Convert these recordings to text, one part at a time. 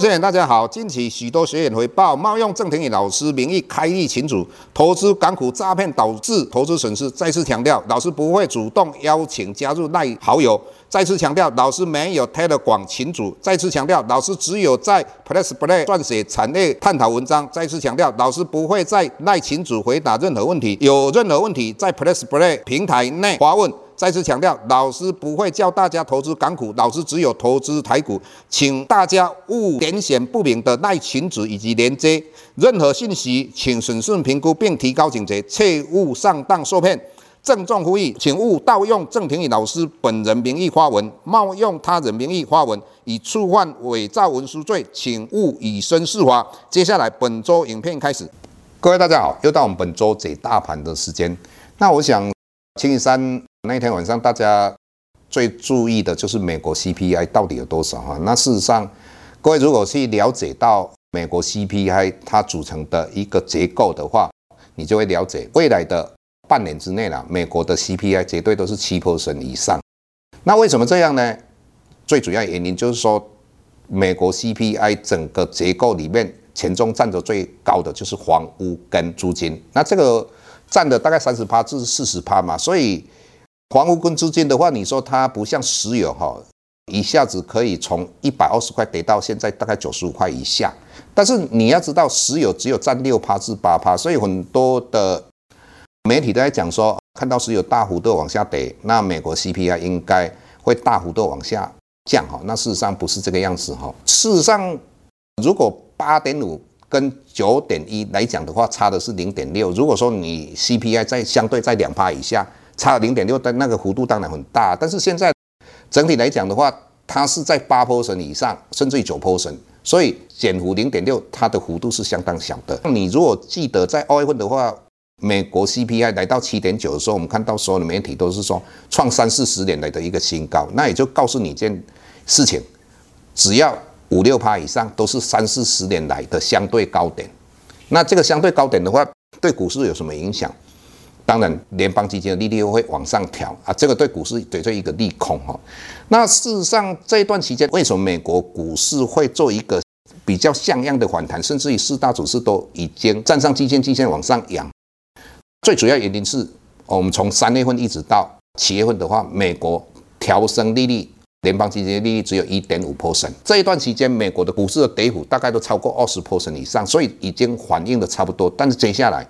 学员大家好，近期许多学员回报冒用郑庭宇老师名义开立群组，投资港股诈骗导致投资损失。再次强调，老师不会主动邀请加入赖好友。再次强调，老师没有 Telegram 群组。再次强调，老师只有在 PressPlay 撰写产业探讨文章。再次强调，老师不会在赖群组回答任何问题，有任何问题在 PressPlay 平台内发问。再次强调，老师不会教大家投资港股，老师只有投资台股，请大家勿点选不明的赖群组以及连接，任何信息请审慎评估并提高警觉，切勿上当受骗。郑重呼吁，请勿盗用郑庭宇老师本人名义发文，冒用他人名义发文，以触犯伪造文书罪，请勿以身试法。接下来本周影片开始。各位大家好，又到我们本周解大盘的时间。那我想星期三那天晚上，大家最注意的就是美国 CPI 到底有多少哈？那事实上，各位如果去了解到美国 CPI 它组成的一个结构的话，你就会了解未来的半年之内啦，美国的 CPI 绝对都是7% 以上。那为什么这样呢？最主要原因就是说，美国 CPI 整个结构里面，权重占得最高的就是房屋跟租金。那这个占的大概30%至40%嘛，所以房屋跟租金的话，你说它不像石油哈，一下子可以从120块跌到现在大概95块以下。但是你要知道，石油只有占6%至8%，所以很多的媒体都在讲说，看到石油大幅度往下跌，那美国 CPI 应该会大幅度往下降哈。那事实上不是这个样子哈。事实上，如果8.5跟9.1来讲的话，差的是0.6。如果说你 CPI 相对在2%以下，差了0.6，但那个幅度当然很大。但是现在整体来讲的话，它是在8% 以上，甚至于9%，所以减幅0.6，它的幅度是相当小的。你如果记得在2月份的话，美国 CPI 来到7.9的时候，我们看到所有的媒体都是说创30-40年来的一个新高，那也就告诉你一件事情，只要5-6%以上都是30-40年来的相对高点。那这个相对高点的话，对股市有什么影响？当然，联邦基金的利率会往上调啊，这个对股市绝对一个利空哈。那事实上这一段期间，为什么美国股市会做一个比较像样的反弹，甚至于4大指数都已经站上季线往上扬？最主要原因是，我们从3月份一直到7月份的话，美国调升利率，联邦基金的利率只有1.5%。这一段期间，美国的股市的跌幅大概都超过20% 以上，所以已经反映的差不多。但是接下来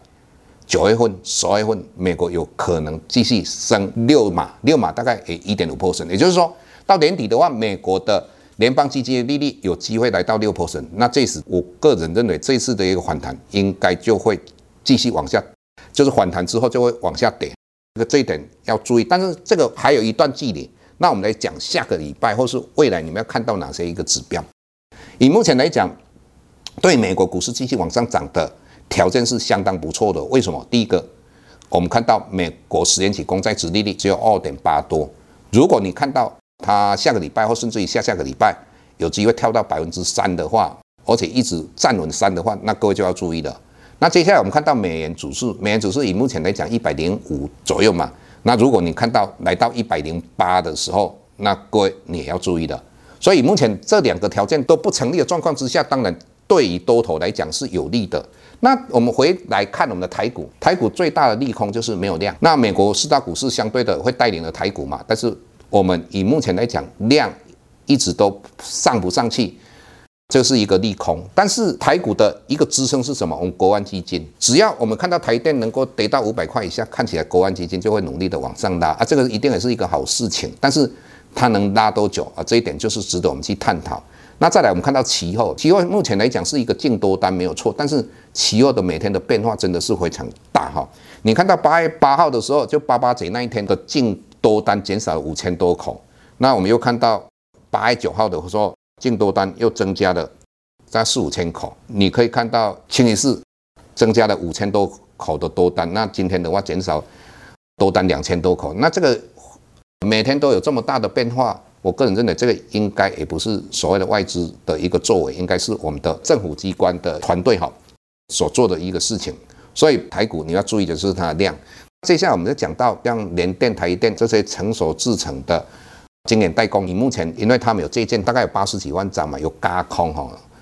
9月份、10月份，美国有可能继续升6码大概也1.5%。也就是说，到年底的话，美国的联邦基金的利率有机会来到6%。那这时我个人认为，这次的一个反弹应该就会继续往下。就是反弹之后就会往下跌，这一点要注意。但是这个还有一段距离，那我们来讲下个礼拜或是未来你们要看到哪些一个指标。以目前来讲，对美国股市继续往上涨的条件是相当不错的。为什么？第一个，我们看到美国10年期公债殖利率只有2.8多，如果你看到它下个礼拜或甚至于下个礼拜有机会跳到3%的话，而且一直站稳3%的话，那各位就要注意了。那接下来我们看到美元指数以目前来讲105左右嘛。那如果你看到来到108的时候，那各位你也要注意的。所以目前这两个条件都不成立的状况之下，当然对于多头来讲是有利的。那我们回来看我们的台股，台股最大的利空就是没有量。那美国4大股市相对的会带领了台股嘛，但是我们以目前来讲，量一直都上不上去。这是一个利空，但是台股的一个支撑是什么？我们国安基金，只要我们看到台电能够跌到500块以下，看起来国安基金就会努力的往上拉啊，这个一定也是一个好事情。但是它能拉多久啊？这一点就是值得我们去探讨。那再来，我们看到期货目前来讲是一个净多单没有错，但是期货的每天的变化真的是非常大哈。你看到8月8号的时候，就88节那一天的净多单减少了5000多口，那我们又看到8月9号的时候。净多单又增加了在4-5千口，你可以看到清一色增加了5000多口的多单，那今天的话减少多单2000多口，那这个每天都有这么大的变化，我个人认为这个应该也不是所谓的外资的一个作为，应该是我们的政府机关的团队所做的一个事情。所以台股你要注意的是它的量。接下来我们就讲到像联电、台积电这些成熟制程的晶圆代工，以目前因为他们有借鉴，大概有80几万张嘛，有轧空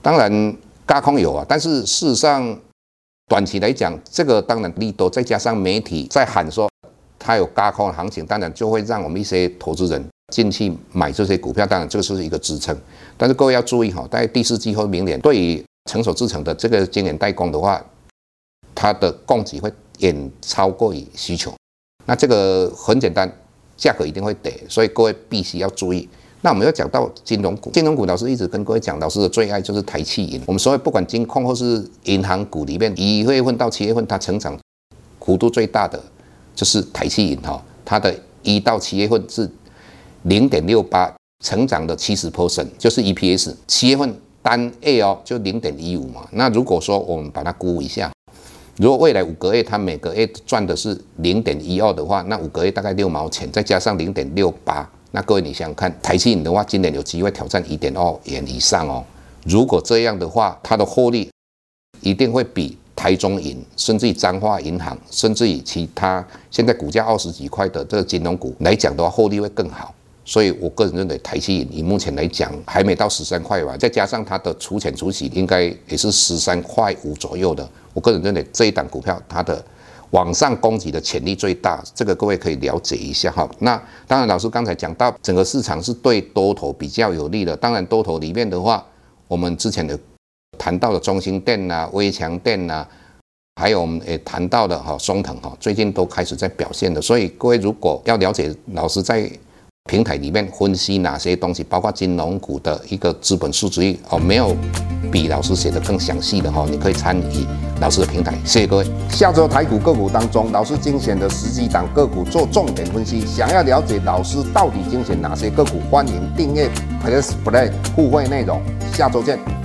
当然轧空有啊，但是事实上短期来讲，这个当然利多，再加上媒体在喊说它有轧空的行情，当然就会让我们一些投资人进去买这些股票，当然这个是一个支撑。但是各位要注意哈，在第四季或明年，对于成熟制程的这个晶圆代工的话，它的供给会远超过于需求。那这个很简单，价格一定会跌，所以各位必须要注意。那我们要讲到金融股，金融股老师一直跟各位讲，老师的最爱就是台企银。我们所谓不管金控或是银行股里面，1月份到7月份它成长幅度最大的就是台企银哈，它的1到7月份是0.68，成长的70%，就是 EPS。7月份单 A 哦就0.15嘛。那如果说我们把它估一下，如果未来5个月它每个月赚的是0.12的话，那5个月大概6毛钱，再加上0.68。那各位，你想想看，台积银的话，今年有机会挑战1.2元以上哦。如果这样的话，它的获利一定会比台中银，甚至于彰化银行，甚至于其他现在股价20几块的这个金融股来讲的话，获利会更好。所以我个人认为，台积银以目前来讲还没到13块吧，再加上它的除权除息应该也是13.5块左右的。我个人认为这一档股票它的往上攻击的潜力最大，这个各位可以了解一下哈。那当然，老师刚才讲到整个市场是对多头比较有利的。当然，多头里面的话，我们之前有谈到的中兴电啊、威强电啊，还有我们也谈到的松腾最近都开始在表现的。所以各位如果要了解老师在平台里面分析哪些东西，包括金融股的一个资本市值率没有比老师写的更详细的你可以参与老师的平台。谢谢各位。下周台股个股当中，老师精选的10几档个股做重点分析。想要了解老师到底精选哪些个股，欢迎订阅 Plus Play 互惠内容。下周见。